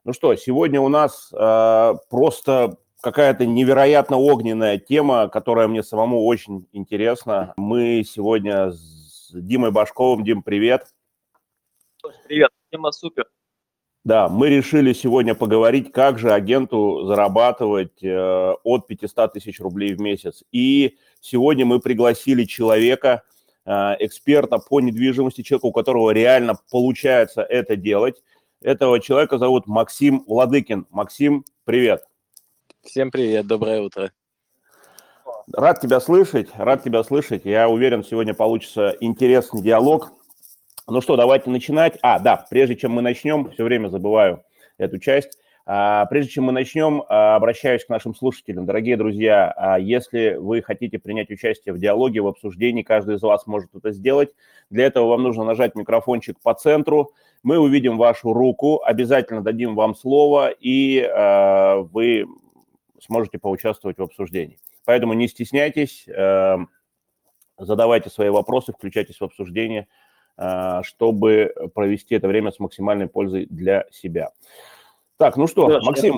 Ну что, сегодня у нас просто какая-то невероятно огненная тема, которая мне самому очень интересна. Мы сегодня с Димой Башковым. Дим, привет. Привет, тема супер. Да, мы решили сегодня поговорить, как же агенту зарабатывать от 500 тысяч рублей в месяц. И сегодня мы пригласили человека, эксперта по недвижимости, человека, у которого реально получается это делать. Этого человека зовут Максим Владыкин. Максим, привет. Всем привет, доброе утро. Рад тебя слышать, рад тебя слышать. Я уверен, сегодня получится интересный диалог. Ну что, давайте начинать. Да, прежде чем мы начнем, все время забываю эту часть. Прежде чем мы начнем, обращаюсь к нашим слушателям. Дорогие друзья, если вы хотите принять участие в диалоге, в обсуждении, каждый из вас может это сделать. Для этого вам нужно нажать микрофончик по центру. Мы увидим вашу руку, обязательно дадим вам слово, и вы сможете поучаствовать в обсуждении. Поэтому не стесняйтесь, задавайте свои вопросы, включайтесь в обсуждение, чтобы провести это время с максимальной пользой для себя. Так, ну что, Леш, Максим.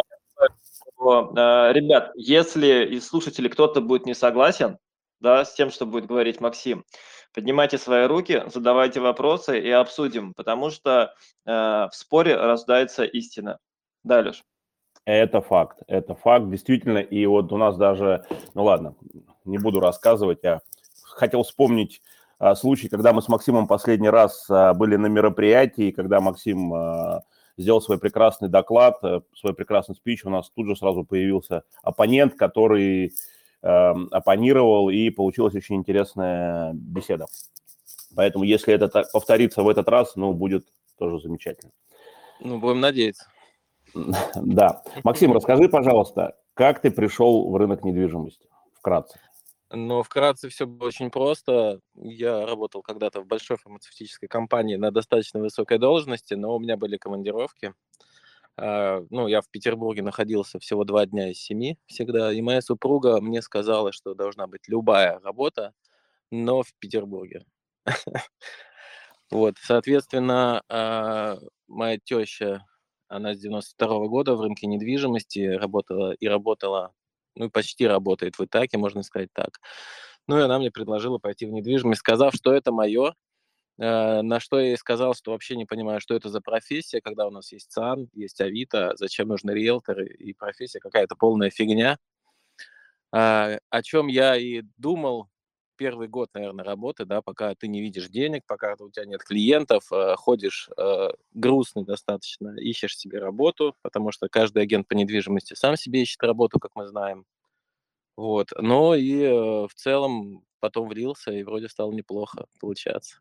Ребят, если из слушателей кто-то будет не согласен, да, с тем, что будет говорить Максим, поднимайте свои руки, задавайте вопросы и обсудим, потому что в споре рождается истина. Да, Леш? Это факт, действительно. И вот у нас даже, ну ладно, не буду рассказывать, я хотел вспомнить случай, когда мы с Максимом последний раз были на мероприятии, когда Максим сделал свой прекрасный доклад, свой прекрасный спич, у нас тут же сразу появился оппонент, который оппонировал, и получилась очень интересная беседа. Поэтому если это повторится в этот раз, ну, будет тоже замечательно. Ну, будем надеяться. Да. Максим, расскажи, пожалуйста, как ты пришел в рынок недвижимости? Вкратце. Ну, вкратце все было очень просто. Я работал когда-то в большой фармацевтической компании на достаточно высокой должности, но у меня были командировки. Ну, я в Петербурге находился всего 2 дня из 7 всегда, и моя супруга мне сказала, что должна быть любая работа, но в Петербурге. Вот, соответственно, моя теща, она с 92-го года в рынке недвижимости работала, ну, почти работает в Итаке, можно сказать так. Ну, и она мне предложила пойти в недвижимость, сказав, что это мое, на что я ей сказал, что вообще не понимаю, что это за профессия, когда у нас есть ЦАН, есть Авито, зачем нужны риэлторы, и профессия какая-то полная фигня. О чем я и думал первый год, наверное, работы, да, пока ты не видишь денег, пока у тебя нет клиентов, ходишь грустный достаточно, ищешь себе работу, потому что каждый агент по недвижимости сам себе ищет работу, как мы знаем. Вот. Но и в целом потом влился, и вроде стало неплохо получаться.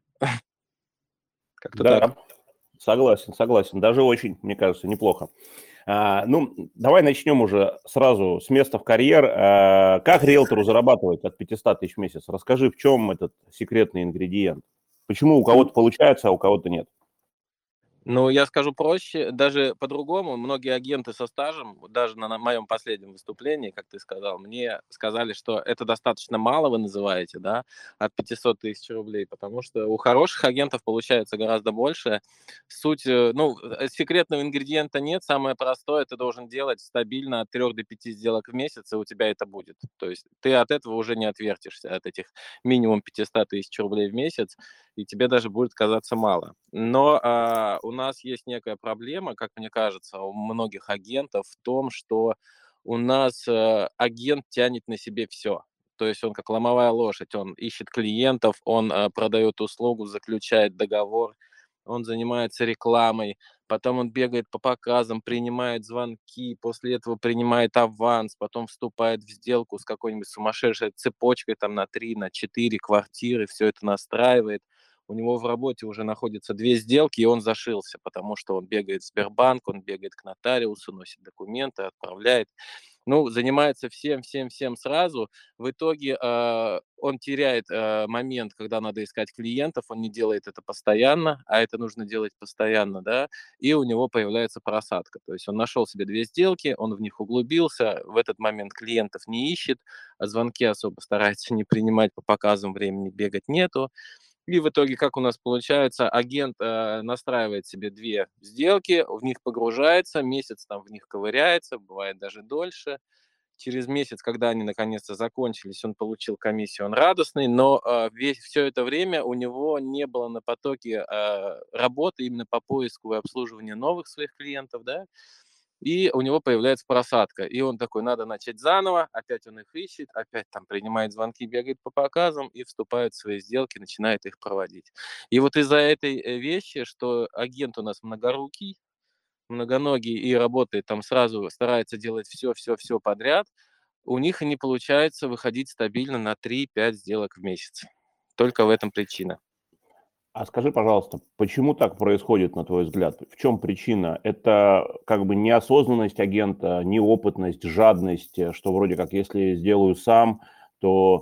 Как-то Да, так. согласен. Даже очень, мне кажется, неплохо. Ну, давай начнем уже сразу с места в карьер. Как риэлтору зарабатывать от 500 тысяч в месяц? Расскажи, в чем этот секретный ингредиент? Почему у кого-то получается, а у кого-то нет? Ну, я скажу проще, даже по-другому. Многие агенты со стажем, даже на моем последнем выступлении, как ты сказал, мне сказали, что это достаточно мало, вы называете, да, от 500 тысяч рублей, потому что у хороших агентов получается гораздо больше. Суть, секретного ингредиента нет, самое простое, ты должен делать стабильно от 3 до 5 сделок в месяц, и у тебя это будет. То есть ты от этого уже не отвертишься, от этих минимум 500 тысяч рублей в месяц, и тебе даже будет казаться мало. Но у нас есть некая проблема, как мне кажется, у многих агентов в том, что у нас агент тянет на себе все. То есть он как ломовая лошадь, он ищет клиентов, он продает услугу, заключает договор, он занимается рекламой, потом он бегает по показам, принимает звонки, после этого принимает аванс, потом вступает в сделку с какой-нибудь сумасшедшей цепочкой там на 3, на 4 квартиры, все это настраивает. У него в работе уже находятся 2 сделки, и он зашился, потому что он бегает в Сбербанк, он бегает к нотариусу, носит документы, отправляет. Ну, занимается всем сразу. В итоге он теряет момент, когда надо искать клиентов, он не делает это постоянно, а это нужно делать постоянно, да, и у него появляется просадка. То есть он нашел себе 2 сделки, он в них углубился, в этот момент клиентов не ищет, а звонки особо старается не принимать по показам, времени бегать нету. И в итоге, как у нас получается, агент настраивает себе 2 сделки, в них погружается, месяц там в них ковыряется, бывает даже дольше. Через месяц, когда они наконец-то закончились, он получил комиссию, он радостный, но все это время у него не было на потоке работы именно по поиску и обслуживанию новых своих клиентов, да, и у него появляется просадка. И он такой, надо начать заново, опять он их ищет, опять там принимает звонки, бегает по показам и вступает в свои сделки, начинает их проводить. И вот из-за этой вещи, что агент у нас многорукий, многоногий и работает там сразу, старается делать все подряд, у них и не получается выходить стабильно на 3-5 сделок в месяц. Только в этом причина. А скажи, пожалуйста, почему так происходит, на твой взгляд? В чем причина? Это как бы неосознанность агента, неопытность, жадность, что вроде как если сделаю сам, то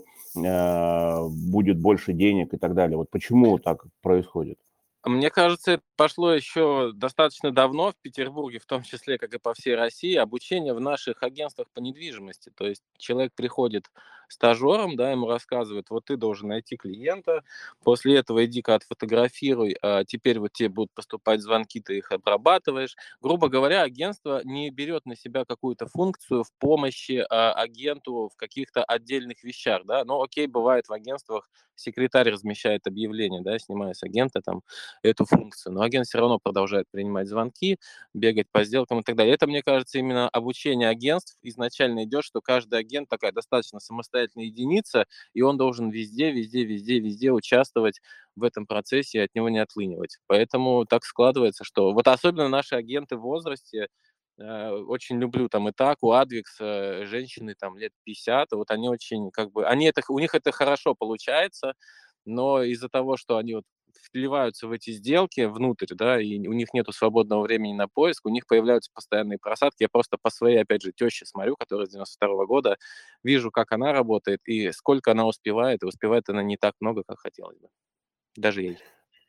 будет больше денег и так далее. Вот почему так происходит? Мне кажется, это пошло еще достаточно давно в Петербурге, в том числе, как и по всей России, обучение в наших агентствах по недвижимости. То есть человек приходит стажером, да, ему рассказывают, вот ты должен найти клиента, после этого иди-ка отфотографируй, а теперь вот тебе будут поступать звонки, ты их обрабатываешь. Грубо говоря, агентство не берет на себя какую-то функцию в помощи агенту в каких-то отдельных вещах, да. Ну, окей, бывает в агентствах секретарь размещает объявление, да, снимая с агента там эту функцию. Но агент все равно продолжает принимать звонки, бегать по сделкам и так далее. Это, мне кажется, именно обучение агентств изначально идет, что каждый агент такая достаточно самостоятельная единица, и он должен везде участвовать в этом процессе и от него не отлынивать. Поэтому так складывается, что вот особенно наши агенты в возрасте, очень люблю там Итаку, Адвикс, женщины там лет 50, вот они очень как бы, у них это хорошо получается, но из-за того, что они вот вливаются в эти сделки внутрь, да, и у них нету свободного времени на поиск, у них появляются постоянные просадки. Я просто по своей, опять же, теще смотрю, которая с 92 года, вижу, как она работает и сколько она успевает, и успевает она не так много, как хотелось бы, даже ей.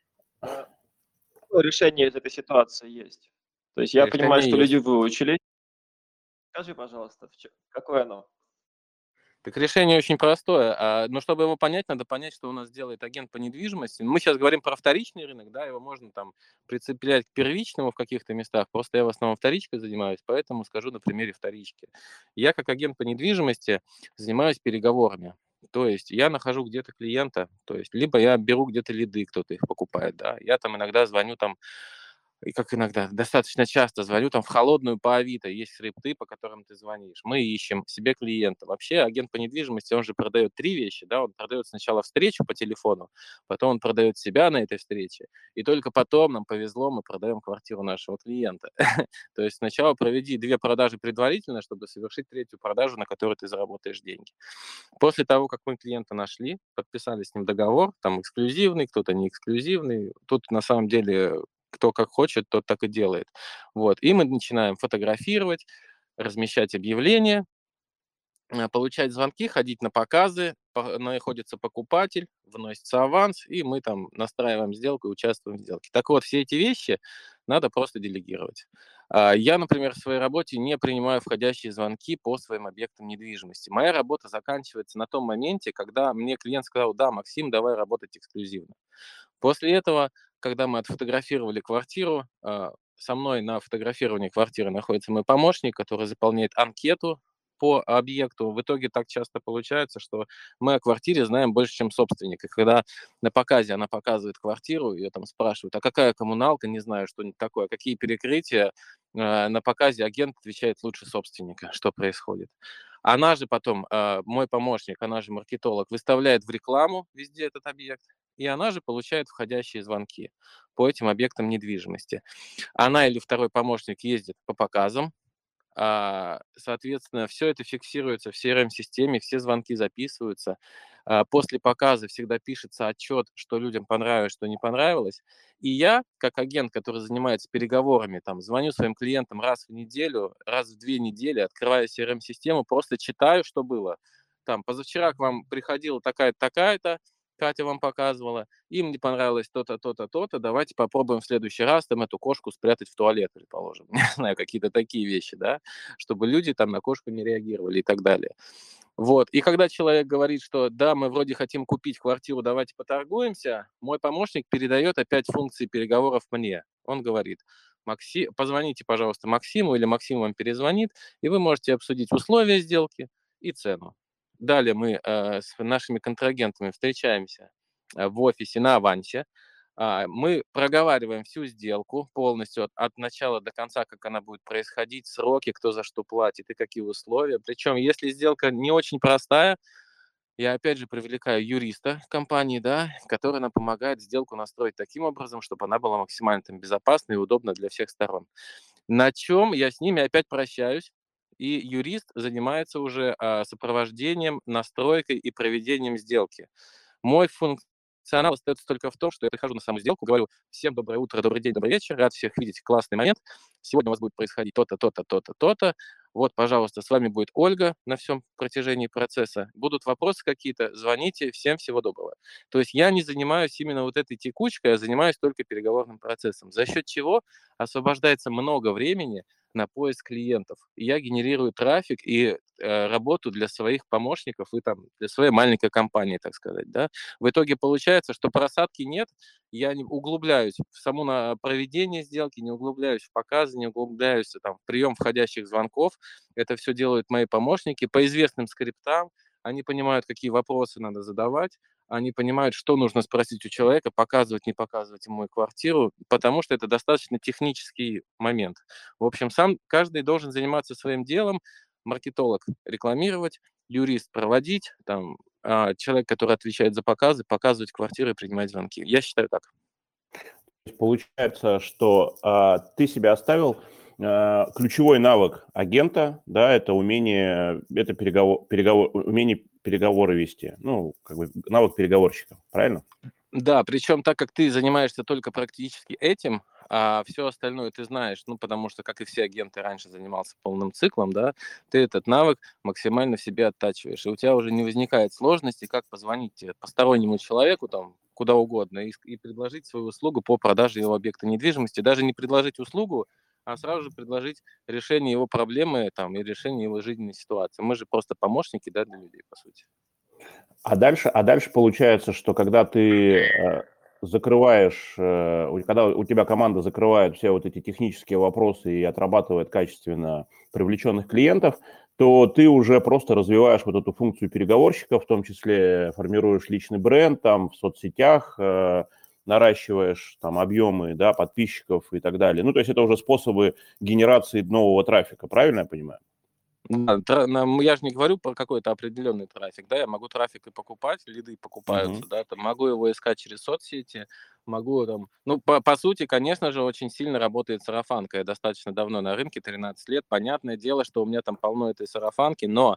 А какое решение из этой ситуации есть? То есть я понимаю, Решение что люди есть. выучились. Скажи, пожалуйста, какое оно? Так решение очень простое, но чтобы его понять, надо понять, что у нас делает агент по недвижимости. Мы сейчас говорим про вторичный рынок, да, его можно там прицеплять к первичному в каких-то местах, просто я в основном вторичкой занимаюсь, поэтому скажу на примере вторички. Я как агент по недвижимости занимаюсь переговорами. То есть я нахожу где-то клиента, то есть либо я беру где-то лиды, кто-то их покупает, да, я там иногда звоню там и как иногда, достаточно часто звоню там в холодную по Авито, есть скрипты, по которым ты звонишь. Мы ищем себе клиента. Вообще агент по недвижимости, он же продает 3 вещи, да, он продает сначала встречу по телефону, потом он продает себя на этой встрече, и только потом нам повезло, мы продаем квартиру нашего клиента. То есть сначала проведи 2 продажи предварительно, чтобы совершить третью продажу, на которой ты заработаешь деньги. После того, как мы клиента нашли, подписали с ним договор, там эксклюзивный, кто-то не эксклюзивный, тут на самом деле кто как хочет, тот так и делает. Вот. И мы начинаем фотографировать, размещать объявления, получать звонки, ходить на показы, находится покупатель, вносится аванс, и мы там настраиваем сделку и участвуем в сделке. Так вот, все эти вещи надо просто делегировать. Я, например, в своей работе не принимаю входящие звонки по своим объектам недвижимости. Моя работа заканчивается на том моменте, когда мне клиент сказал, да, Максим, давай работать эксклюзивно. После этого, когда мы отфотографировали квартиру, со мной на фотографировании квартиры находится мой помощник, который заполняет анкету по объекту. В итоге так часто получается, что мы о квартире знаем больше, чем собственник. И когда на показе она показывает квартиру, ее там спрашивают, а какая коммуналка, не знаю, что-нибудь такое, какие перекрытия, на показе агент отвечает лучше собственника, что происходит. Она же потом, мой помощник, она же маркетолог, выставляет в рекламу везде этот объект, и она же получает входящие звонки по этим объектам недвижимости. Она или второй помощник ездит по показам, соответственно, все это фиксируется в CRM-системе, все звонки записываются. После показа всегда пишется отчет, что людям понравилось, что не понравилось. И я, как агент, который занимается переговорами, там, звоню своим клиентам раз в неделю, раз в 2 недели, открываю CRM-систему, просто читаю, что было. Там, позавчера к вам приходила такая-то, такая-то, Катя вам показывала, им не понравилось то-то, то-то, то-то, давайте попробуем в следующий раз там эту кошку спрятать в туалет, предположим. Не знаю, какие-то такие вещи, да, чтобы люди там на кошку не реагировали и так далее. Вот. И когда человек говорит, что да, мы вроде хотим купить квартиру, давайте поторгуемся, мой помощник передает опять функции переговоров мне. Он говорит: позвоните, пожалуйста, Максиму, или Максим вам перезвонит, и вы можете обсудить условия сделки и цену. Далее мы с нашими контрагентами встречаемся в офисе на авансе. Мы проговариваем всю сделку полностью от начала до конца, как она будет происходить, сроки, кто за что платит и какие условия. Причем, если сделка не очень простая, я опять же привлекаю юриста в компании, да, который нам помогает сделку настроить таким образом, чтобы она была максимально там безопасной и удобна для всех сторон. На чем я с ними опять прощаюсь, и юрист занимается уже сопровождением, настройкой и проведением сделки. Мой функционал остается только в том, что я прихожу на саму сделку, говорю: всем доброе утро, добрый день, добрый вечер, рад всех видеть, классный момент. Сегодня у вас будет происходить то-то, то-то, то-то, то-то. Вот, пожалуйста, с вами будет Ольга на всем протяжении процесса. Будут вопросы какие-то, звоните, всем всего доброго. То есть я не занимаюсь именно вот этой текучкой, а занимаюсь только переговорным процессом, за счет чего освобождается много времени на поиск клиентов. И я генерирую трафик и работу для своих помощников и там для своей маленькой компании, так сказать, да. В итоге получается, что просадки нет, я не углубляюсь в само проведение сделки, не углубляюсь в показы, не углубляюсь там, в прием входящих звонков. Это все делают мои помощники по известным скриптам. Они понимают, какие вопросы надо задавать, они понимают, что нужно спросить у человека, показывать, не показывать ему квартиру, потому что это достаточно технический момент. В общем, сам каждый должен заниматься своим делом, маркетолог рекламировать, юрист проводить, там, человек, который отвечает за показы, показывать квартиры и принимать звонки. Я считаю так. Получается, что ты себе оставил ключевой навык агента, да, это умение, это умение переговоры вести, ну, как бы навык переговорщика, правильно? Да, причем так как ты занимаешься только практически этим, а все остальное ты знаешь, ну, потому что, как и все агенты, раньше занимался полным циклом, да, ты этот навык максимально в себе оттачиваешь, и у тебя уже не возникает сложности, как позвонить постороннему человеку, там, куда угодно, и предложить свою услугу по продаже его объекта недвижимости, даже не предложить услугу, а сразу же предложить решение его проблемы, там, и решение его жизненной ситуации. Мы же просто помощники, да, для людей, по сути. А дальше получается, что когда ты закрываешь, когда у тебя команда закрывает все вот эти технические вопросы и отрабатывает качественно привлеченных клиентов, то ты уже просто развиваешь вот эту функцию переговорщика, в том числе формируешь личный бренд там в соцсетях, наращиваешь там объемы, да, подписчиков и так далее. Ну, то есть это уже способы генерации нового трафика, правильно я понимаю? Да, я же не говорю про какой-то определенный трафик, да, я могу трафик и покупать, лиды покупаются, Мгм. да, там, могу его искать через соцсети, могу там, ну, по сути, конечно же, очень сильно работает сарафанка, я достаточно давно на рынке, 13 лет, понятное дело, что у меня там полно этой сарафанки, но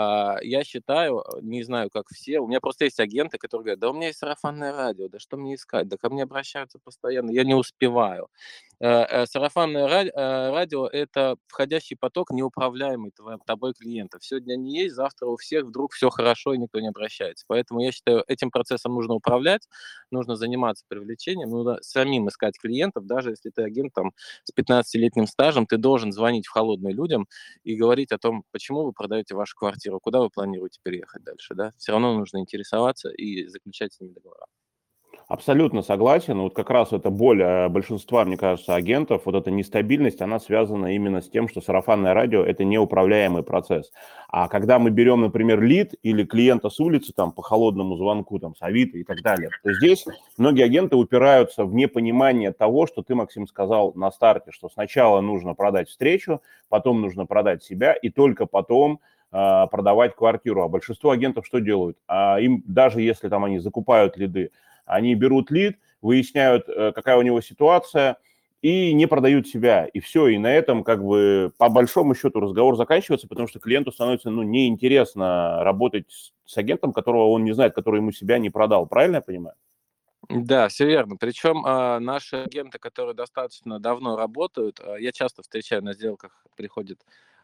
я считаю, не знаю, как все, у меня просто есть агенты, которые говорят: да у меня есть сарафанное радио, да что мне искать, да ко мне обращаются постоянно, я не успеваю. Сарафанное радио — это входящий поток, неуправляемый тобой клиентов. Сегодня они есть, завтра у всех вдруг все хорошо, и никто не обращается. Поэтому я считаю, этим процессом нужно управлять, нужно заниматься привлечением, нужно самим искать клиентов. Даже если ты агент там, с 15-летним стажем, ты должен звонить в холодную людям и говорить о том, почему вы продаете вашу квартиру, куда вы планируете переехать дальше. Да? Все равно нужно интересоваться и заключать с ними договора. Абсолютно согласен. Вот как раз это боль большинства, мне кажется, агентов, вот эта нестабильность, она связана именно с тем, что сарафанное радио – это неуправляемый процесс. А когда мы берем, например, лид или клиента с улицы там, по холодному звонку, там, с Авито и так далее, то здесь многие агенты упираются в непонимание того, что ты, Максим, сказал на старте, что сначала нужно продать встречу, потом нужно продать себя, и только потом продавать квартиру. А большинство агентов что делают? Им, даже если там они закупают лиды, они берут лид, выясняют, какая у него ситуация, и не продают себя. И все, и на этом как бы по большому счету разговор заканчивается, потому что клиенту становится неинтересно работать с агентом, которого он не знает, который ему себя не продал. Правильно я понимаю? Да, все верно. Причем наши агенты, которые достаточно давно работают, я часто встречаю на сделках, приходят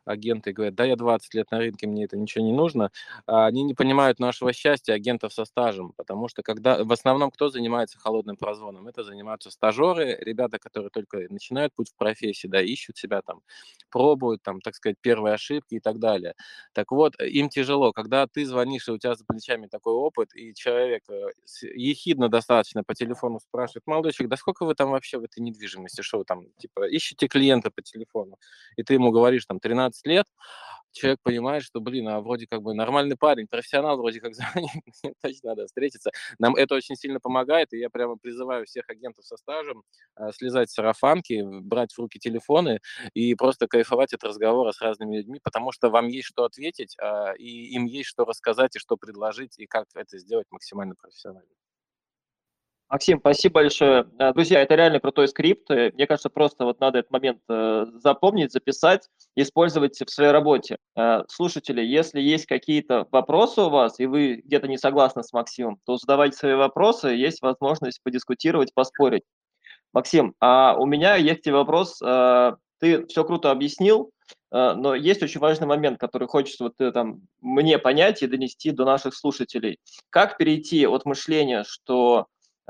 агенты говорят, да, я 20 лет на рынке, мне это ничего не нужно, они не понимают нашего счастья агентов со стажем, потому что в основном кто занимается холодным прозвоном? Это занимаются стажеры, ребята, которые только начинают путь в профессии, да, ищут себя там, пробуют там, так сказать, первые ошибки и так далее. Так вот, им тяжело, когда ты звонишь, и у тебя за плечами такой опыт, и человек ехидно достаточно по телефону спрашивает, молодой человек, да сколько вы там вообще в этой недвижимости, что вы там, типа, ищете клиента по телефону, и ты ему говоришь, там, 13 лет, человек понимает, что, блин, а вроде как бы нормальный парень, профессионал, вроде как звонит, точно надо встретиться. Нам это очень сильно помогает, и я прямо призываю всех агентов со стажем слезать с сарафанки, брать в руки телефоны и просто кайфовать от разговора с разными людьми, потому что вам есть что ответить, и им есть что рассказать и что предложить, и как это сделать максимально профессионально. Максим, спасибо большое. Друзья, это реально крутой скрипт. Мне кажется, просто вот надо этот момент запомнить, записать, использовать в своей работе. Слушатели, если есть какие-то вопросы у вас, и вы где-то не согласны с Максимом, то задавайте свои вопросы, есть возможность подискутировать, поспорить. Максим, а у меня есть тебе вопрос. Ты все круто объяснил, но есть очень важный момент, который хочется вот там мне понять и донести до наших слушателей. Как перейти от мышления, что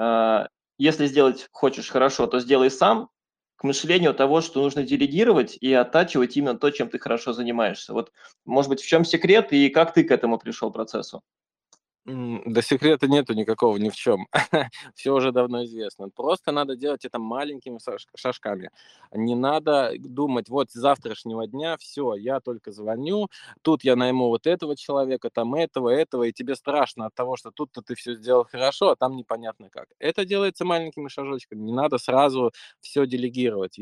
если сделать хочешь хорошо, то сделай сам, к мышлению того, что нужно делегировать и оттачивать именно то, чем ты хорошо занимаешься. Вот, может быть, в чем секрет и как ты к этому пришел процессу? Да секрета нету никакого ни в чем. Все уже давно известно. Просто надо делать это маленькими шажками. Не надо думать, вот с завтрашнего дня все, я только звоню, тут я найму вот этого человека, там этого, и тебе страшно от того, что тут-то ты все сделал хорошо, а там непонятно как. Это делается маленькими шажочками. Не надо сразу все делегировать.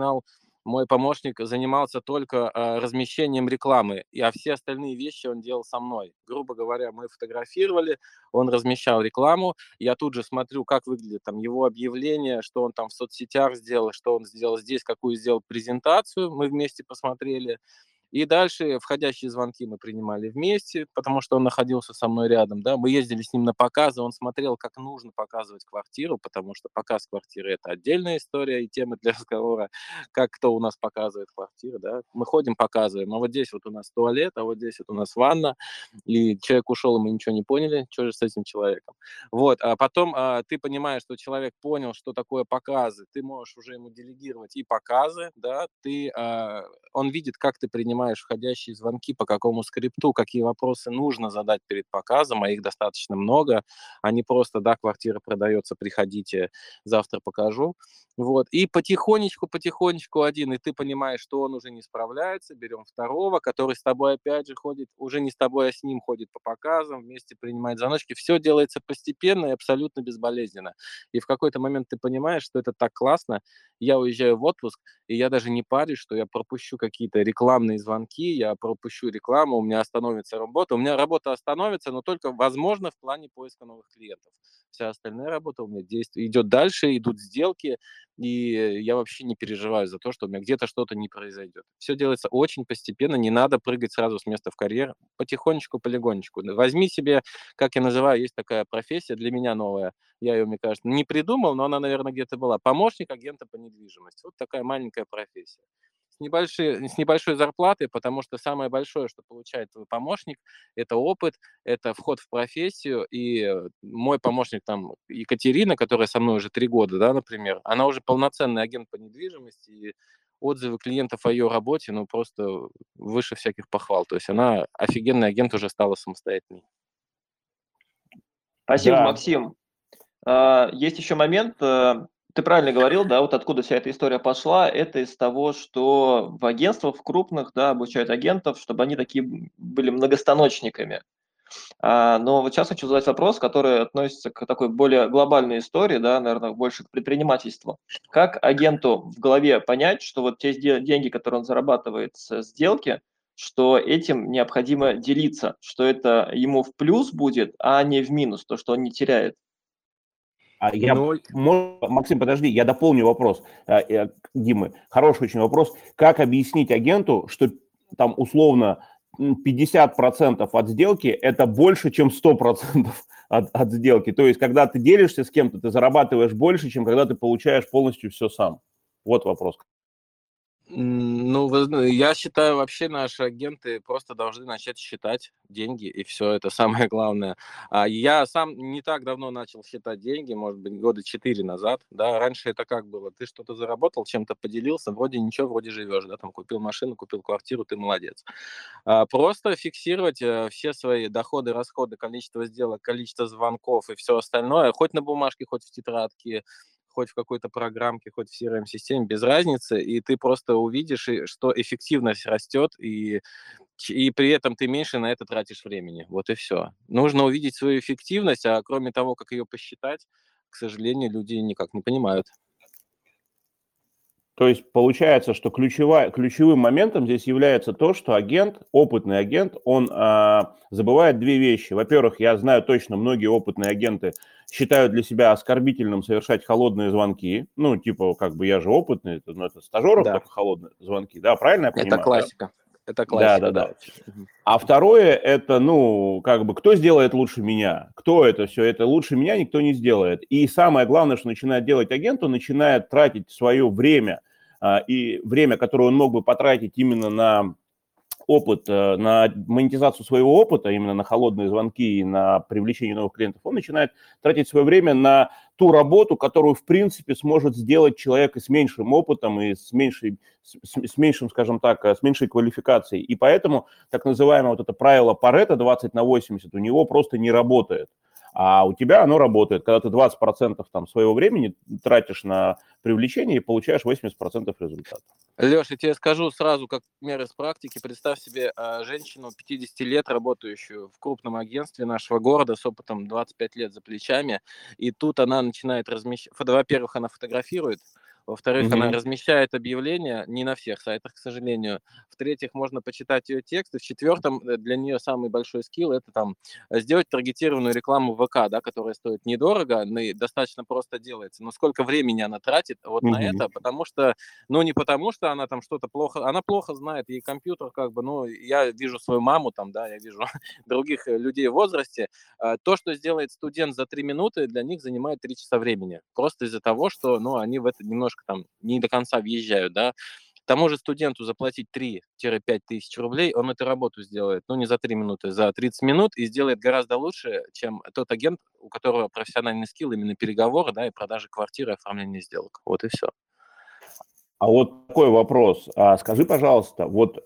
Мой помощник занимался только размещением рекламы, а все остальные вещи он делал со мной. Грубо говоря, мы фотографировали, он размещал рекламу, я тут же смотрю, как выглядит там его объявление, что он там в соцсетях сделал, что он сделал здесь, какую сделал презентацию, мы вместе посмотрели. И дальше входящие звонки мы принимали вместе, потому что он находился со мной рядом, да. Мы ездили с ним на показы, он смотрел, как нужно показывать квартиру, потому что показ квартиры – это отдельная история и тема для разговора, как кто у нас показывает квартиру, да. Мы ходим, показываем, а вот здесь вот у нас туалет, а вот здесь вот у нас ванна, и человек ушел, и мы ничего не поняли, что же с этим человеком. Вот, а потом ты понимаешь, что человек понял, что такое показы, ты можешь уже ему делегировать и показы, да, он видит, как ты принимаешь входящие звонки, по какому скрипту, какие вопросы нужно задать перед показом, а их достаточно много, а не просто, да, квартира продается, приходите, завтра покажу. Вот. И потихонечку один, и ты понимаешь, что он уже не справляется, берем второго, который с тобой опять же ходит, уже не с тобой, а с ним ходит по показам, вместе принимает звоночки. Все делается постепенно и абсолютно безболезненно. И в какой-то момент ты понимаешь, что это так классно. Я уезжаю в отпуск, и я даже не парюсь, что я пропущу какие-то рекламные звонки, я пропущу рекламу, у меня остановится работа. У меня работа остановится, но только, возможно, в плане поиска новых клиентов. Вся остальная работа у меня идет дальше, идут сделки, и я вообще не переживаю за то, что у меня где-то что-то не произойдет. Все делается очень постепенно, не надо прыгать сразу с места в карьер, потихонечку, полигонечку. Возьми себе, как я называю, есть такая профессия для меня новая, я ее, мне кажется, не придумал, но она, наверное, где-то была. Помощник агента по недвижимости. Вот такая маленькая профессия. С небольшой зарплатой, потому что самое большое, что получает твой помощник, это опыт, это вход в профессию. И мой помощник, там, Екатерина, которая со мной уже 3 года, да, например, она уже полноценный агент по недвижимости, и отзывы клиентов о ее работе, ну, просто выше всяких похвал. То есть она офигенный агент уже стала самостоятельной. Спасибо, Да, Максим. Есть еще момент, ты правильно говорил, да, вот откуда вся эта история пошла, это из того, что в агентствах в крупных, да, обучают агентов, чтобы они такие были многостаночниками. Но вот сейчас хочу задать вопрос, который относится к такой более глобальной истории, да, наверное, больше к предпринимательству. Как агенту в голове понять, что вот те деньги, которые он зарабатывает с сделки, что этим необходимо делиться, что это ему в плюс будет, а не в минус, то, что он не теряет? Максим, подожди, я дополню вопрос Димы. Хороший очень вопрос. Как объяснить агенту, что там условно 50% от сделки – это больше, чем 100% от сделки? То есть, когда ты делишься с кем-то, ты зарабатываешь больше, чем когда ты получаешь полностью все сам. Вот вопрос. Я считаю, вообще наши агенты просто должны начать считать деньги, и все, это самое главное. Я сам не так давно начал считать деньги, может быть, года 4 назад, да, раньше это как было? Ты что-то заработал, чем-то поделился, вроде ничего, вроде живешь, да, там купил машину, купил квартиру, ты молодец. Просто фиксировать все свои доходы, расходы, количество сделок, количество звонков и все остальное, хоть на бумажке, хоть в тетрадке, хоть в какой-то программке, хоть в CRM-системе, без разницы, и ты просто увидишь, что эффективность растет, и при этом ты меньше на это тратишь времени. Вот и все. Нужно увидеть свою эффективность, а кроме того, как ее посчитать, к сожалению, люди никак не понимают. То есть получается, что ключевым моментом здесь является то, что агент, опытный агент, он забывает две вещи. Во-первых, я знаю точно, многие опытные агенты считают для себя оскорбительным совершать холодные звонки. Ну, типа, как бы я же опытный, это стажеров Да. только холодные звонки. Да, правильно я понимаю? Это классика. Да? Это классика, Да. да. А второе, это, кто сделает лучше меня? Кто это все? Это лучше меня никто не сделает. И самое главное, что начинает делать агент, он начинает тратить свое время, и время, которое он мог бы потратить именно на опыт, на монетизацию своего опыта, именно на холодные звонки и на привлечение новых клиентов, он начинает тратить свое время на ту работу, которую, в принципе, сможет сделать человек и с меньшим опытом, и с меньшим, скажем так, с меньшей квалификацией. И поэтому так называемое вот это правило Парето 20/80 у него просто не работает. А у тебя оно работает, когда ты 20% своего времени тратишь на привлечение и получаешь 80% результата. Леш, я тебе скажу сразу, как пример из практики. Представь себе женщину 50 лет, работающую в крупном агентстве нашего города с опытом 25 лет за плечами, и тут она начинает размещать... Во-первых, она фотографирует, во-вторых, она размещает объявления, не на всех сайтах, к сожалению. В-третьих, можно почитать ее текст. И в-четвертом, для нее самый большой скилл – это там сделать таргетированную рекламу в ВК, да, которая стоит недорого, но и достаточно просто делается. Но сколько времени она тратит вот на это, потому что, не потому что она там что-то плохо, она плохо знает, ей компьютер я вижу свою маму там, да, я вижу других людей в возрасте. То, что сделает студент за 3 минуты, для них занимает 3 часа времени. Просто из-за того, что, они в это немножко там не до конца въезжают, да. Тому же студенту заплатить 3-5 тысяч рублей, он эту работу сделает, не за 3 минуты, за 30 минут, и сделает гораздо лучше, чем тот агент, у которого профессиональный скилл именно переговоры, да, и продажи квартиры, оформление сделок. Вот и все. А вот такой вопрос. Скажи, пожалуйста, вот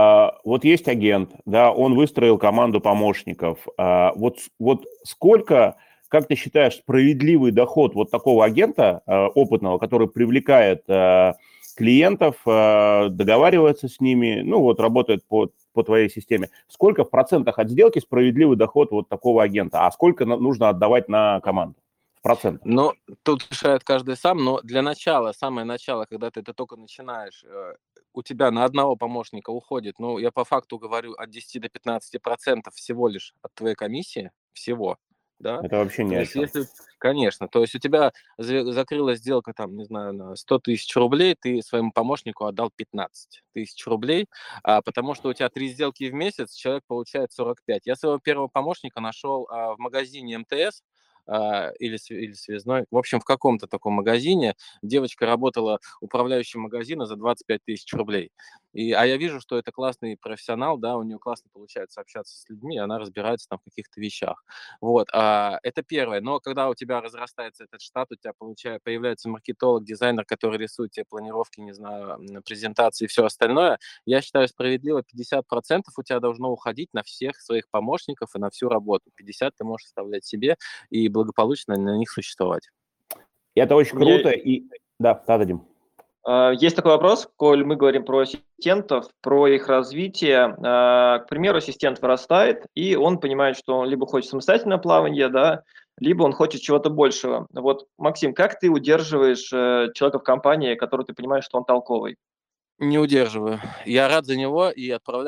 есть агент, да, он выстроил команду помощников. Вот сколько, как ты считаешь, справедливый доход вот такого агента опытного, который привлекает клиентов, договаривается с ними, работает по твоей системе. Сколько в процентах от сделки справедливый доход вот такого агента, а сколько нужно отдавать на команду? Процент. Тут решает каждый сам, но для начала, самое начало, когда ты это только начинаешь, у тебя на одного помощника уходит, я по факту говорю, от 10 до 15% всего лишь от твоей комиссии, всего, да. Это вообще не То о есть, чем. конечно, то есть у тебя закрылась сделка, там, не знаю, на 100 тысяч рублей, ты своему помощнику отдал 15 тысяч рублей, потому что у тебя 3 сделки в месяц, человек получает 45. Я своего первого помощника нашел в магазине МТС, или связной. В общем, в каком-то таком магазине девочка работала управляющим магазина за 25 тысяч рублей. А я вижу, что это классный профессионал, да, у нее классно получается общаться с людьми, она разбирается там в каких-то вещах. Вот, это первое. Но когда у тебя разрастается этот штат, у тебя появляется маркетолог, дизайнер, который рисует тебе планировки, не знаю, презентации и все остальное, я считаю, справедливо 50% у тебя должно уходить на всех своих помощников и на всю работу. 50% ты можешь оставлять себе и благополучно на них существовать. Это очень круто. Да, Дим. Есть такой вопрос, коль мы говорим про ассистентов, про их развитие. К примеру, ассистент вырастает, и он понимает, что он либо хочет самостоятельное плавание, да, либо он хочет чего-то большего. Вот, Максим, как ты удерживаешь человека в компании, который ты понимаешь, что он толковый? Не удерживаю. Я рад за него и отправляю его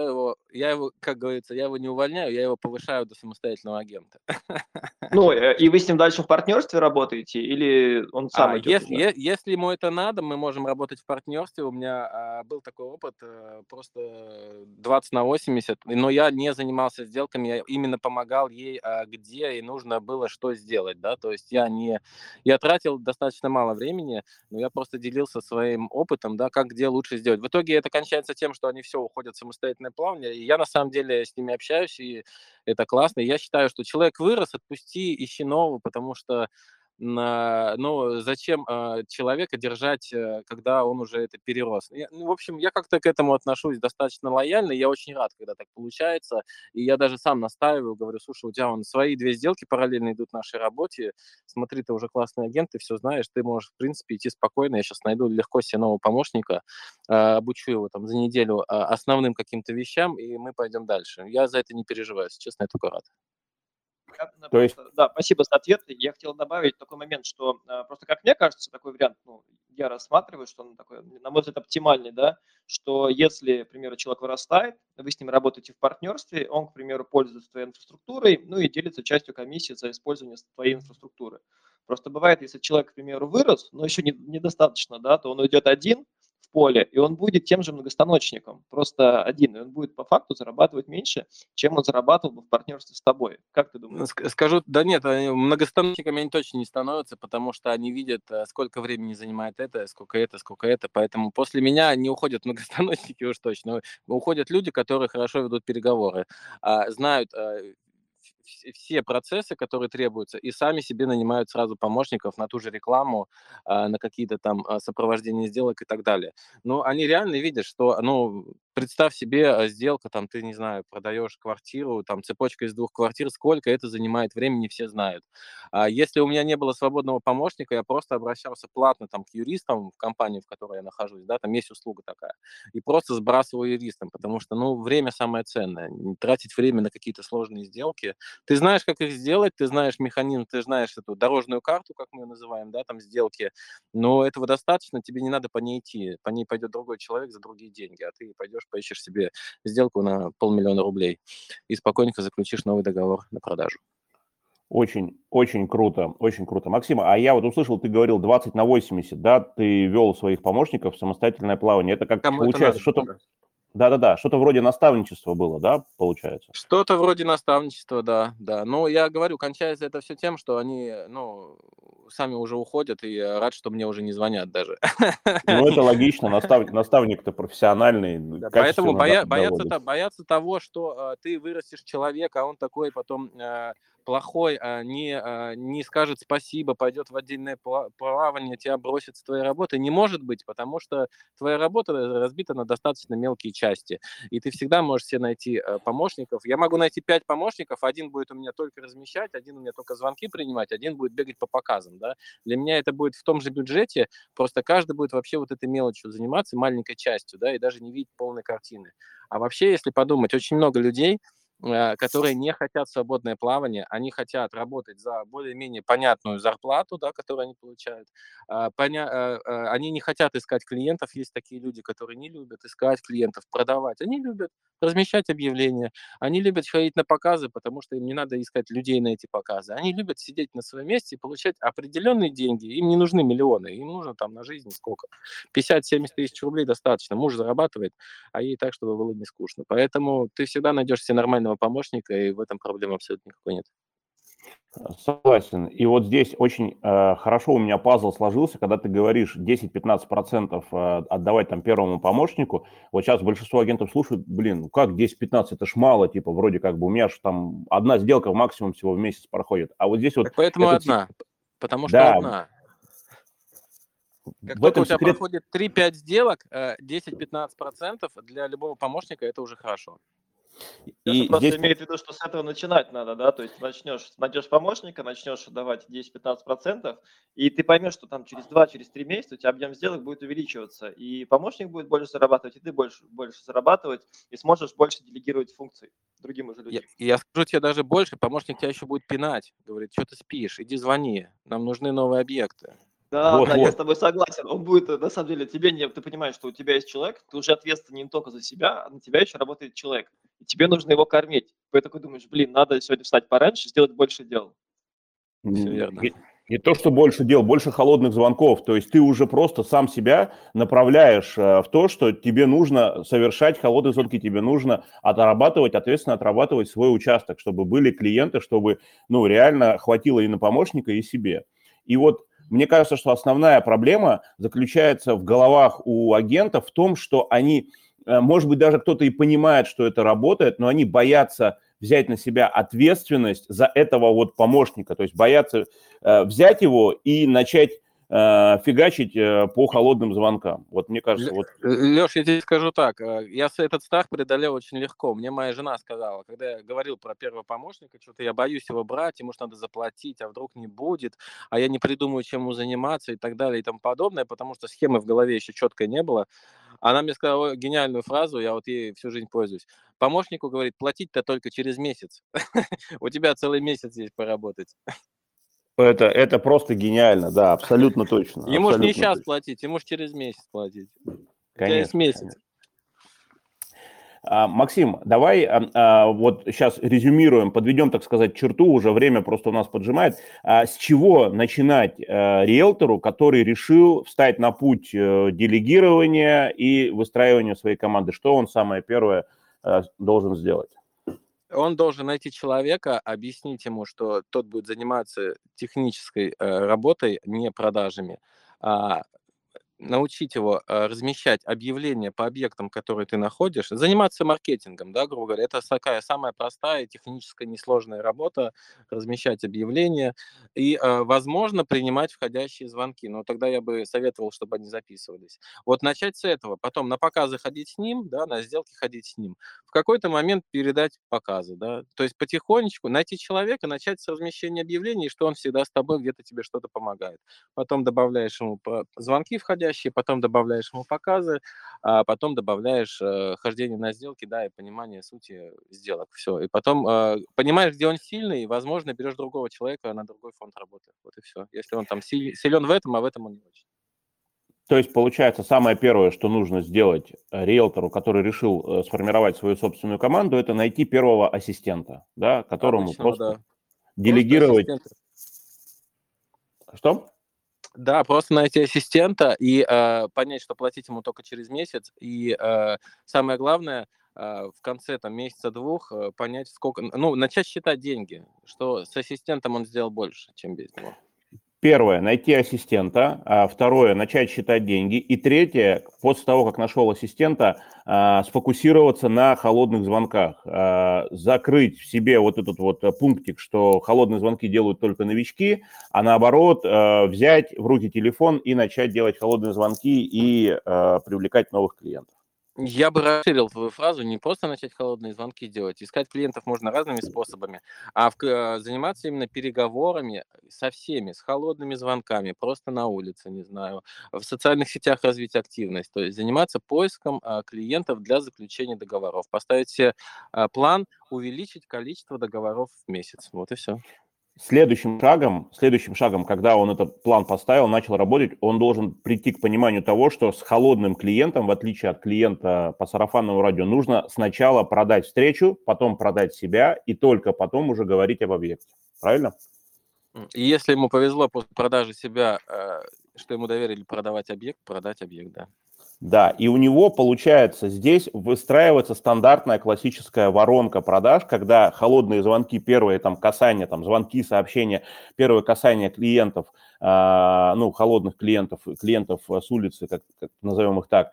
как говорится, я его не увольняю, я его повышаю до самостоятельного агента. Ну, и вы с ним дальше в партнерстве работаете, или он сам идет уже? Если ему это надо, мы можем работать в партнерстве. У меня был такой опыт, просто 20/80, но я не занимался сделками, я именно помогал ей, где ей нужно было что сделать, да, то есть я тратил достаточно мало времени, но я просто делился своим опытом, да, как где лучше сделать. В итоге это кончается тем, что они все уходят в самостоятельное плавание, и я на самом деле с ними общаюсь, и это классно. Я считаю, что человек вырос, отпусти, ищи нового, потому что ну, зачем человека держать, когда он уже это перерос? В общем, я как-то к этому отношусь достаточно лояльно, я очень рад, когда так получается, и я даже сам настаиваю, говорю, слушай, у тебя вон свои 2 сделки параллельно идут нашей работе, смотри, ты уже классный агент, ты все знаешь, ты можешь, в принципе, идти спокойно, я сейчас найду легко себе нового помощника, обучу его там за неделю основным каким-то вещам, и мы пойдем дальше. Я за это не переживаю, если честно, я только рад. То есть, Да, спасибо за ответ. Я хотел добавить такой момент, что просто, как мне кажется, такой вариант, ну, я рассматриваю, что он такой, на мой взгляд, оптимальный, да, что если, к примеру, человек вырастает, вы с ним работаете в партнерстве, он, к примеру, пользуется твоей инфраструктурой, ну и делится частью комиссии за использование твоей инфраструктуры. Просто бывает, если человек, к примеру, вырос, но еще недостаточно, да, то он уйдет один в поле, и он будет тем же многостаночником, просто один, и он будет по факту зарабатывать меньше, чем он зарабатывал бы в партнерстве с тобой. Как ты думаешь? Скажу, да нет, многостаночниками они точно не становятся, потому что они видят, сколько времени занимает это, сколько это. Поэтому после меня не уходят многостаночники уж точно. Уходят люди, которые хорошо ведут переговоры, знают все процессы, которые требуются, и сами себе нанимают сразу помощников на ту же рекламу, на какие-то там сопровождения сделок и так далее. Но они реально видят, что, ну, представь себе, сделка, там, ты, не знаю, продаешь квартиру, там, цепочка из 2 квартир, сколько это занимает времени, все знают. Если у меня не было свободного помощника, я просто обращался платно там к юристам в компании, в которой я нахожусь, да, там есть услуга такая, и просто сбрасываю юристам, потому что, ну, время самое ценное. Не тратить время на какие-то сложные сделки. Ты знаешь, как их сделать, ты знаешь механизм, ты знаешь эту дорожную карту, как мы ее называем, да, там сделки, но этого достаточно, тебе не надо по ней идти, по ней пойдет другой человек за другие деньги, а ты пойдешь, поищешь себе сделку на 500 000 рублей и спокойненько заключишь новый договор на продажу. очень, очень круто, очень круто. Максим, а я вот услышал, ты говорил 20/80, да, ты вел своих помощников в самостоятельное плавание. Это как Кому это получается, надо? что-то, да-да-да, что-то вроде наставничества было, да, получается? Что-то вроде наставничества, да, да. Но я говорю, кончается это все тем, что они, ну, сами уже уходят, и я рад, что мне уже не звонят даже. Ну, это логично, наставник-то профессиональный, Да, поэтому качественно доводит. боятся того, что ты вырастешь человека, а он такой потом плохой, не скажет спасибо, пойдет в отдельное плавание, тебя бросит с твоей работы. Не может быть, потому что твоя работа разбита на достаточно мелкие части. И ты всегда можешь себе найти помощников. Я могу найти 5 помощников, один будет у меня только размещать, один у меня только звонки принимать, один будет бегать по показам. Да? Для меня это будет в том же бюджете, просто каждый будет вообще вот этой мелочью заниматься, маленькой частью, да, и даже не видеть полной картины. А вообще, если подумать, очень много людей, которые не хотят свободное плавание, они хотят работать за более-менее понятную зарплату, да, которую они получают. Они не хотят искать клиентов. Есть такие люди, которые не любят искать клиентов, продавать. Они любят размещать объявления. Они любят ходить на показы, потому что им не надо искать людей на эти показы. Они любят сидеть на своем месте и получать определенные деньги. Им не нужны миллионы, им нужно там на жизнь сколько? 50-70 тысяч рублей достаточно. Муж зарабатывает, а ей так, чтобы было не скучно. Поэтому ты всегда найдешь себе нормального помощника, и в этом проблемы абсолютно никакой нет. Согласен. И вот здесь очень хорошо у меня пазл сложился, когда ты говоришь 10-15% отдавать там первому помощнику. Вот сейчас большинство агентов слушают, блин, ну как 10-15, это ж мало, типа вроде как бы у меня же там одна сделка максимум всего в месяц проходит. А вот здесь вот... Так поэтому этот одна, потому что Да, одна. Как в только этом у тебя секрет. проходит 3-5 сделок, 10-15% для любого помощника это уже хорошо. Леша И просто здесь имеет в виду, что с этого начинать надо, да, то есть найдешь помощника, начнешь давать 10-15%, и ты поймешь, что там через 2-3 месяца у тебя объем сделок будет увеличиваться, и помощник будет больше зарабатывать, и ты больше зарабатывать, и сможешь больше делегировать функций другим уже людям. Я скажу тебе даже больше, помощник тебя еще будет пинать, говорит, что ты спишь, иди звони, нам нужны новые объекты. Да, да, я с вот-вот. тобой согласен. Он будет, на самом деле, ты понимаешь, что у тебя есть человек, ты уже ответственен не только за себя, а на тебя еще работает человек. и тебе нужно его кормить. Ты такой думаешь, блин, надо сегодня встать пораньше, сделать больше дел. Все верно. И то, что больше дел, больше холодных звонков. То есть ты уже просто сам себя направляешь в то, что тебе нужно совершать холодные звонки, тебе нужно ответственно отрабатывать свой участок, чтобы были клиенты, чтобы, ну, реально хватило и на помощника, и себе. И вот мне кажется, что основная проблема заключается в головах у агентов в том, что они, может быть, даже кто-то и понимает, что это работает, но они боятся взять на себя ответственность за этого вот помощника, то есть боятся взять его и начать фигачить по холодным звонкам. Вот мне кажется, вот... Леш, я тебе скажу так, я этот страх преодолел очень легко. Мне моя жена сказала, когда я говорил про первого помощника, что-то я боюсь его брать, ему надо заплатить, а вдруг не будет, а я не придумаю, чем ему заниматься и так далее и тому подобное, потому что схемы в голове еще четкой не было. Она мне сказала гениальную фразу, я вот ей всю жизнь пользуюсь. Помощнику говорит, платить-то только через месяц. У тебя целый месяц есть поработать. Это просто гениально, да, абсолютно точно. Ему ж не абсолютно сейчас точно. платить, ему ж через месяц платить. У тебя есть Конечно, месяц. конечно. Максим, давай вот сейчас резюмируем, подведем, так сказать, черту, уже время просто у нас поджимает. С чего начинать риэлтору, который решил встать на путь делегирования и выстраивания своей команды? Что он самое первое должен сделать? Он должен найти человека, объяснить ему, что тот будет заниматься технической работой, не продажами, научить его размещать объявления по объектам, которые ты находишь, заниматься маркетингом, да, грубо говоря. Это такая самая простая, техническая, несложная работа, размещать объявления и, возможно, принимать входящие звонки. Но тогда я бы советовал, чтобы они записывались. Вот начать с этого, потом на показы ходить с ним, да, на сделки ходить с ним. В какой-то момент передать показы, да. То есть потихонечку найти человека, начать с размещения объявлений, что он всегда с тобой, где-то тебе что-то помогает. Потом добавляешь ему звонки входящие, потом добавляешь ему показы, а потом добавляешь хождение на сделки, да, и понимание сути сделок. Все. И потом понимаешь, где он сильный, и, возможно, берешь другого человека на другой фонд работы. Вот и все. Если он там силен в этом, а в этом он не очень. То есть, получается, самое первое, что нужно сделать риэлтору, который решил сформировать свою собственную команду, это найти первого ассистента, да, которому Обычного, просто да. делегировать... Просто ассистента. Что? Да, просто найти ассистента и понять, что платить ему только через месяц. И самое главное, в конце там, месяца-двух понять, сколько... Ну, начать считать деньги, что с ассистентом он сделал больше, чем без него. Первое, найти ассистента. Второе, начать считать деньги. И третье, после того, как нашел ассистента, сфокусироваться на холодных звонках. Закрыть в себе вот этот вот пунктик, что холодные звонки делают только новички, а наоборот, взять в руки телефон и начать делать холодные звонки и привлекать новых клиентов. Я бы расширил твою фразу, не просто начать холодные звонки делать. Искать клиентов можно разными способами, а заниматься именно переговорами со всеми, с холодными звонками, просто на улице, не знаю, в социальных сетях развить активность. То есть заниматься поиском клиентов для заключения договоров. Поставить себе план увеличить количество договоров в месяц. Вот и все. Следующим шагом, когда он этот план поставил, начал работать, он должен прийти к пониманию того, что с холодным клиентом, в отличие от клиента по сарафанному радио, нужно сначала продать встречу, потом продать себя и только потом уже говорить об объекте. Правильно? И если ему повезло после продажи себя, что ему доверили продать объект, да. Да, и у него, получается, здесь выстраивается стандартная классическая воронка продаж, когда холодные звонки, первые там касания, там звонки, сообщения, первое касание клиентов, холодных клиентов с улицы, как назовем их так,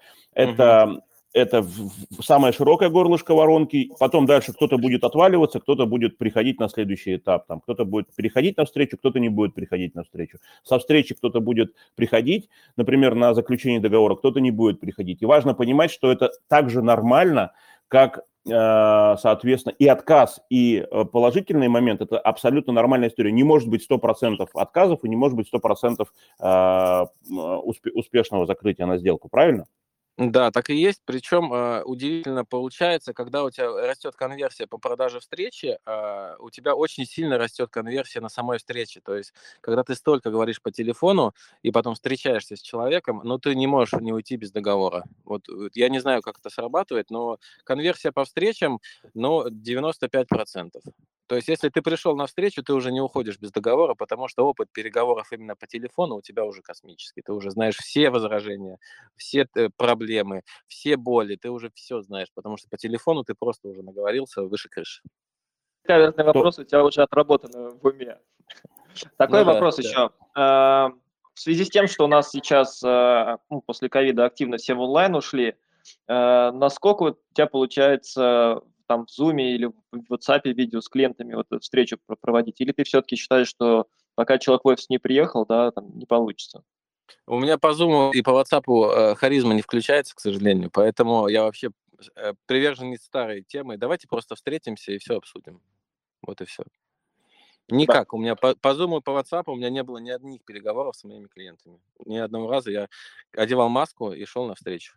это самое широкое горлышко воронки, потом дальше кто-то будет отваливаться, кто-то будет приходить на следующий этап, там кто-то будет переходить навстречу, кто-то не будет переходить навстречу. Со встречи кто-то будет приходить, например, на заключение договора, кто-то не будет приходить. И важно понимать, что это также нормально, как, соответственно, и отказ, и положительный момент – это абсолютно нормальная история. Не может быть 100% отказов и не может быть 100% успешного закрытия на сделку, правильно? Да, так и есть. Причем удивительно получается, когда у тебя растет конверсия по продаже встречи, у тебя очень сильно растет конверсия на самой встрече. То есть, когда ты столько говоришь по телефону и потом встречаешься с человеком, ну, ты не можешь не уйти без договора. Вот я не знаю, как это срабатывает, но конверсия по встречам, ну, 95%. То есть, если ты пришел на встречу, ты уже не уходишь без договора, потому что опыт переговоров именно по телефону у тебя уже космический. Ты уже знаешь все возражения, все проблемы, все боли, ты уже все знаешь, потому что по телефону ты просто уже наговорился выше крыши. Каверзный Что? вопрос у тебя уже отработан в уме. Такой Ну да, вопрос да. еще. В связи с тем, что у нас сейчас после ковида активно все в онлайн ушли, насколько у тебя получается там в Zoom или в WhatsApp видео с клиентами вот эту встречу проводить? Или ты все-таки считаешь, что пока человек в офис не приехал, да, там не получится? У меня по Zoom и по WhatsApp харизма не включается, к сожалению, поэтому я вообще приверженец старой темы. Давайте просто встретимся и все обсудим. Вот и все. Да. Никак. У меня по Zoom и по WhatsApp у меня не было ни одних переговоров с моими клиентами. Ни одного раза я одевал маску и шел навстречу.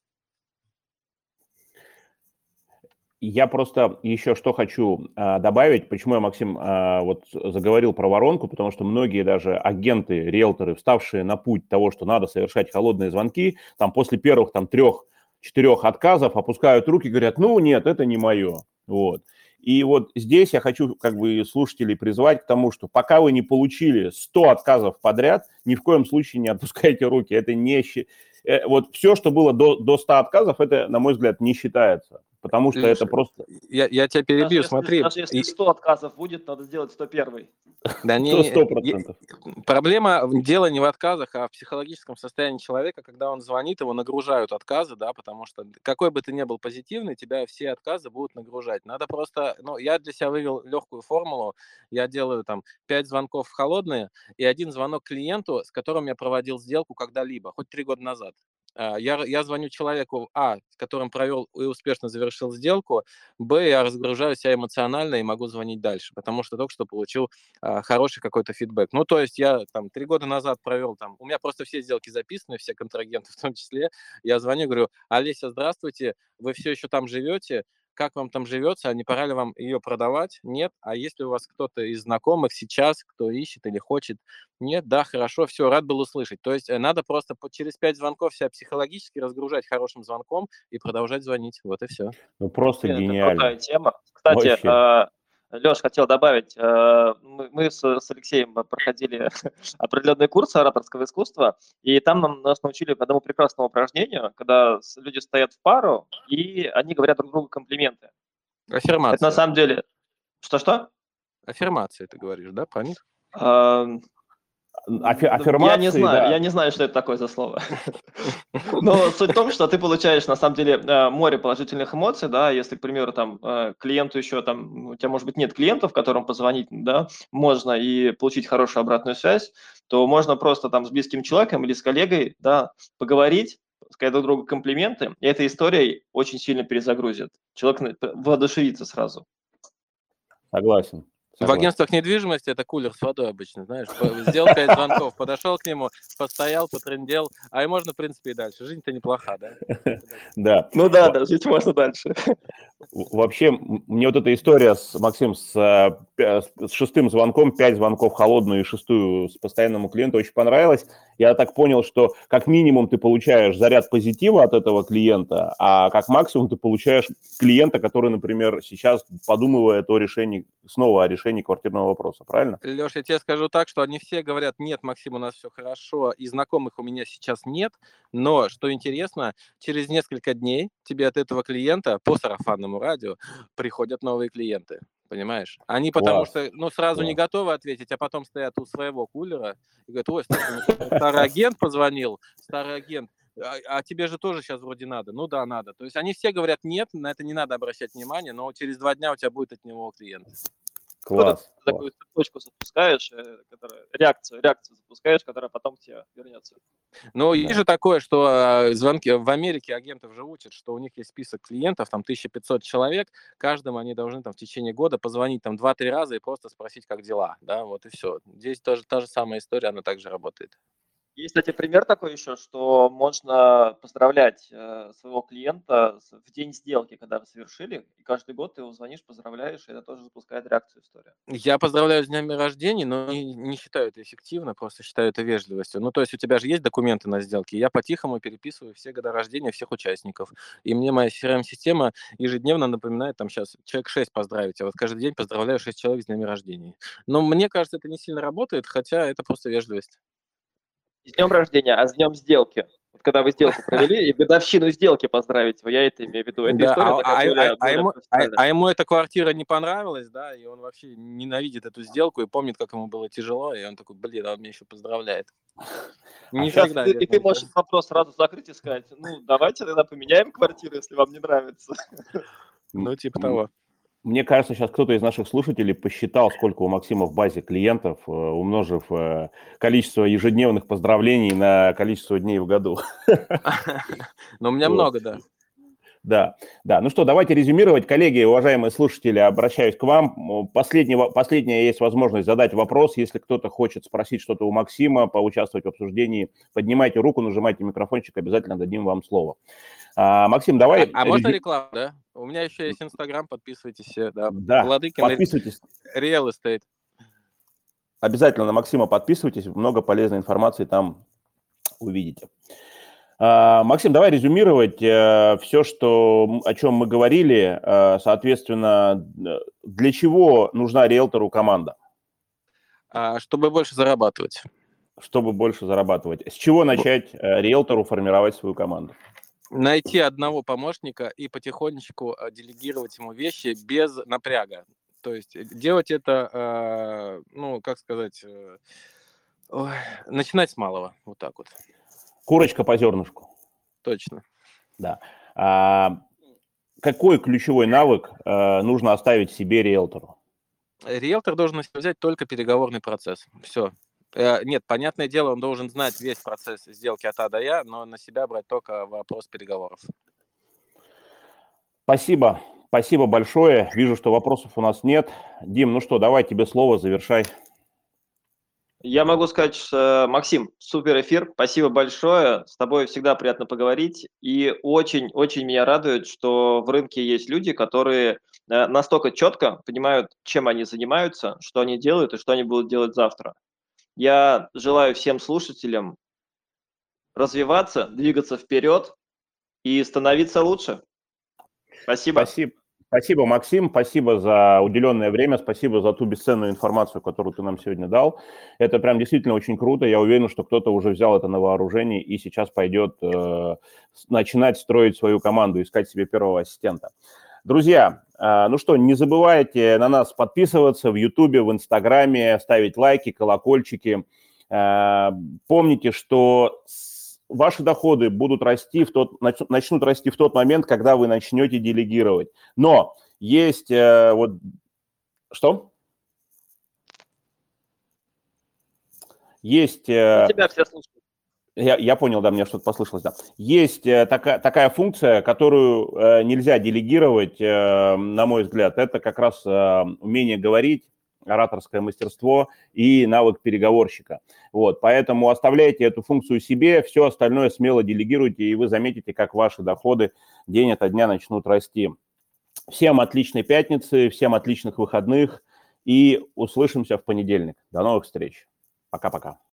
Я просто еще что хочу добавить, почему я, Максим, вот заговорил про воронку, потому что многие даже агенты, риэлторы, вставшие на путь того, что надо совершать холодные звонки, там после первых там 3-4 отказов опускают руки, говорят, ну нет, это не мое. Вот. И вот здесь я хочу как бы слушателей призвать к тому, что пока вы не получили 100 отказов подряд, ни в коем случае не отпускайте руки. Это не... Вот все, что было до 100 отказов, это, на мой взгляд, не считается. Потому что это Леша, просто я тебя перебью, смотри. Даже если 100 отказов будет, надо сделать 101. Да не, 100%. проблема дело не в отказах, а в психологическом состоянии человека, когда он звонит, его нагружают отказы, да, потому что какой бы ты ни был позитивный, тебя все отказы будут нагружать. Надо просто, ну, я для себя вывел легкую формулу, я делаю там 5 звонков в холодные и 1 звонок клиенту, с которым я проводил сделку когда-либо, хоть 3 года назад. Я звоню человеку, с которым провел и успешно завершил сделку, я разгружаю себя эмоционально и могу звонить дальше, потому что только что получил хороший какой-то фидбэк. Ну, то есть я там 3 года назад провел там, у меня просто все сделки записаны, все контрагенты в том числе. Я звоню, говорю, Олеся, здравствуйте, вы все еще там живете? Как вам там живется? А не пора ли вам ее продавать? Нет. А если у вас кто-то из знакомых сейчас, кто ищет или хочет? Нет, да, хорошо, все, рад был услышать. То есть надо просто через 5 звонков себя психологически разгружать хорошим звонком и продолжать звонить. Вот и все. Ну, просто Блин, это крутая гениально. тема. Кстати, Вообще. Леш, хотел добавить, мы с Алексеем проходили определенные курсы ораторского искусства, и там нас научили одному прекрасному упражнению, когда люди стоят в пару, и они говорят друг другу комплименты. Это на Аффирмация. самом деле... Что-что? Аффирмации ты говоришь, да, про них? Аффирмации, да. Я не знаю, что это такое за слово. Но суть в том, что ты получаешь, на самом деле, море положительных эмоций, да, если, к примеру, там, клиенту еще там, у тебя, может быть, нет клиентов, которым позвонить, да, можно и получить хорошую обратную связь, то можно просто там с близким человеком или с коллегой, да, поговорить, сказать друг другу комплименты, и эта история очень сильно перезагрузит. Человек воодушевится сразу. Согласен. В агентствах недвижимости это кулер с водой обычно, знаешь. Сделал 5 звонков, подошел к нему, постоял, потрындел. А и можно, в принципе, и дальше. Жизнь-то неплоха, да? Да. Ну да, жить можно дальше. Вообще, мне вот эта история, Максим, с 6-м звонком, 5 звонков холодную и 6-ю с постоянному клиенту очень понравилась. Я так понял, что как минимум ты получаешь заряд позитива от этого клиента, а как максимум ты получаешь клиента, который, например, сейчас подумывает снова о решении квартирного вопроса, правильно? Леш, я тебе скажу так, что они все говорят, нет, Максим, у нас все хорошо, и знакомых у меня сейчас нет, но, что интересно, через несколько дней тебе от этого клиента по сарафанному радио приходят новые клиенты. Понимаешь? Они потому что, сразу не готовы ответить, а потом стоят у своего кулера и говорят, ой, старый агент позвонил, старый агент, а тебе же тоже сейчас вроде надо. Ну да, надо. То есть они все говорят, нет, на это не надо обращать внимание, но через 2 дня у тебя будет от него клиент. Класс. Такую цепочку запускаешь, реакцию запускаешь, которая потом к тебе вернется. Ну, есть же такое, что звонки в Америке агентов же учат, что у них есть список клиентов, там 1500 человек, каждому они должны там в течение года позвонить там 2-3 раза и просто спросить, как дела, да, вот и все. Здесь тоже та же самая история, она также работает. Есть, кстати, пример такой еще, что можно поздравлять своего клиента в день сделки, когда вы совершили, и каждый год ты его звонишь, поздравляешь, и это тоже запускает реакцию истории. Я поздравляю с днями рождения, но не считаю это эффективно, просто считаю это вежливостью. Ну, то есть у тебя же есть документы на сделке, я по-тихому переписываю все года рождения всех участников. И мне моя CRM-система ежедневно напоминает, там сейчас человек 6 поздравить, а вот каждый день поздравляю 6 человек с днями рождения. Но мне кажется, это не сильно работает, хотя это просто вежливость. Не с днем рождения, а с днем сделки. Вот когда вы сделку провели, и годовщину сделки поздравить, я это имею в виду. Эта Да, история такая более профессиональная. ему эта квартира не понравилась, да, и он вообще ненавидит эту сделку и помнит, как ему было тяжело, и он такой, блин, а он меня еще поздравляет. Не Сейчас всегда. и ты можешь вопрос сразу закрыть и сказать, ну, давайте тогда поменяем квартиру, если вам не нравится. Ну, типа того. Мне кажется, сейчас кто-то из наших слушателей посчитал, сколько у Максима в базе клиентов, умножив количество ежедневных поздравлений на количество дней в году. Но у меня много, да. Да, да. Ну что, давайте резюмировать. Коллеги, уважаемые слушатели, обращаюсь к вам. Последняя есть возможность задать вопрос. Если кто-то хочет спросить что-то у Максима, поучаствовать в обсуждении, поднимайте руку, нажимайте микрофончик, обязательно дадим вам слово. Максим, давай... А можно рекламу, да? У меня еще есть Инстаграм, подписывайтесь все. Да, Владыкин, подписывайтесь. Real Estate. Обязательно на Максима подписывайтесь, много полезной информации там увидите. Максим, давай резюмировать все, о чем мы говорили. Соответственно, для чего нужна риэлтору команда? Чтобы больше зарабатывать. Чтобы больше зарабатывать. С чего начать риэлтору формировать свою команду? Найти одного помощника и потихонечку делегировать ему вещи без напряга. То есть делать это, начинать с малого. Вот так вот. Курочка по зернышку. Точно. Да. Какой ключевой навык нужно оставить себе риэлтору? Риэлтор должен на себя взять только переговорный процесс. Все. Нет, понятное дело, он должен знать весь процесс сделки от А до Я, но на себя брать только вопрос переговоров. Спасибо. Спасибо большое. Вижу, что вопросов у нас нет. Дим, ну что, давай тебе слово, завершай. Я могу сказать, Максим, супер эфир, спасибо большое, с тобой всегда приятно поговорить, и очень-очень меня радует, что в рынке есть люди, которые настолько четко понимают, чем они занимаются, что они делают и что они будут делать завтра. Я желаю всем слушателям развиваться, двигаться вперед и становиться лучше. Спасибо. Спасибо, Максим, спасибо за уделенное время, спасибо за ту бесценную информацию, которую ты нам сегодня дал. Это прям действительно очень круто. Я уверен, что кто-то уже взял это на вооружение и сейчас пойдет начинать строить свою команду, искать себе первого ассистента. Друзья, ну что, не забывайте на нас подписываться в Ютубе, в Инстаграме, ставить лайки, колокольчики. Помните, что ваши доходы будут расти начнут расти в тот момент, когда вы начнете делегировать. Но есть что? Есть... Тебя все слушают. Я понял, да, мне что-то послышалось, да. Есть такая функция, которую нельзя делегировать, на мой взгляд. Это как раз умение говорить, ораторское мастерство и навык переговорщика. Вот, поэтому оставляйте эту функцию себе, все остальное смело делегируйте, и вы заметите, как ваши доходы день ото дня начнут расти. Всем отличной пятницы, всем отличных выходных, и услышимся в понедельник. До новых встреч. Пока-пока.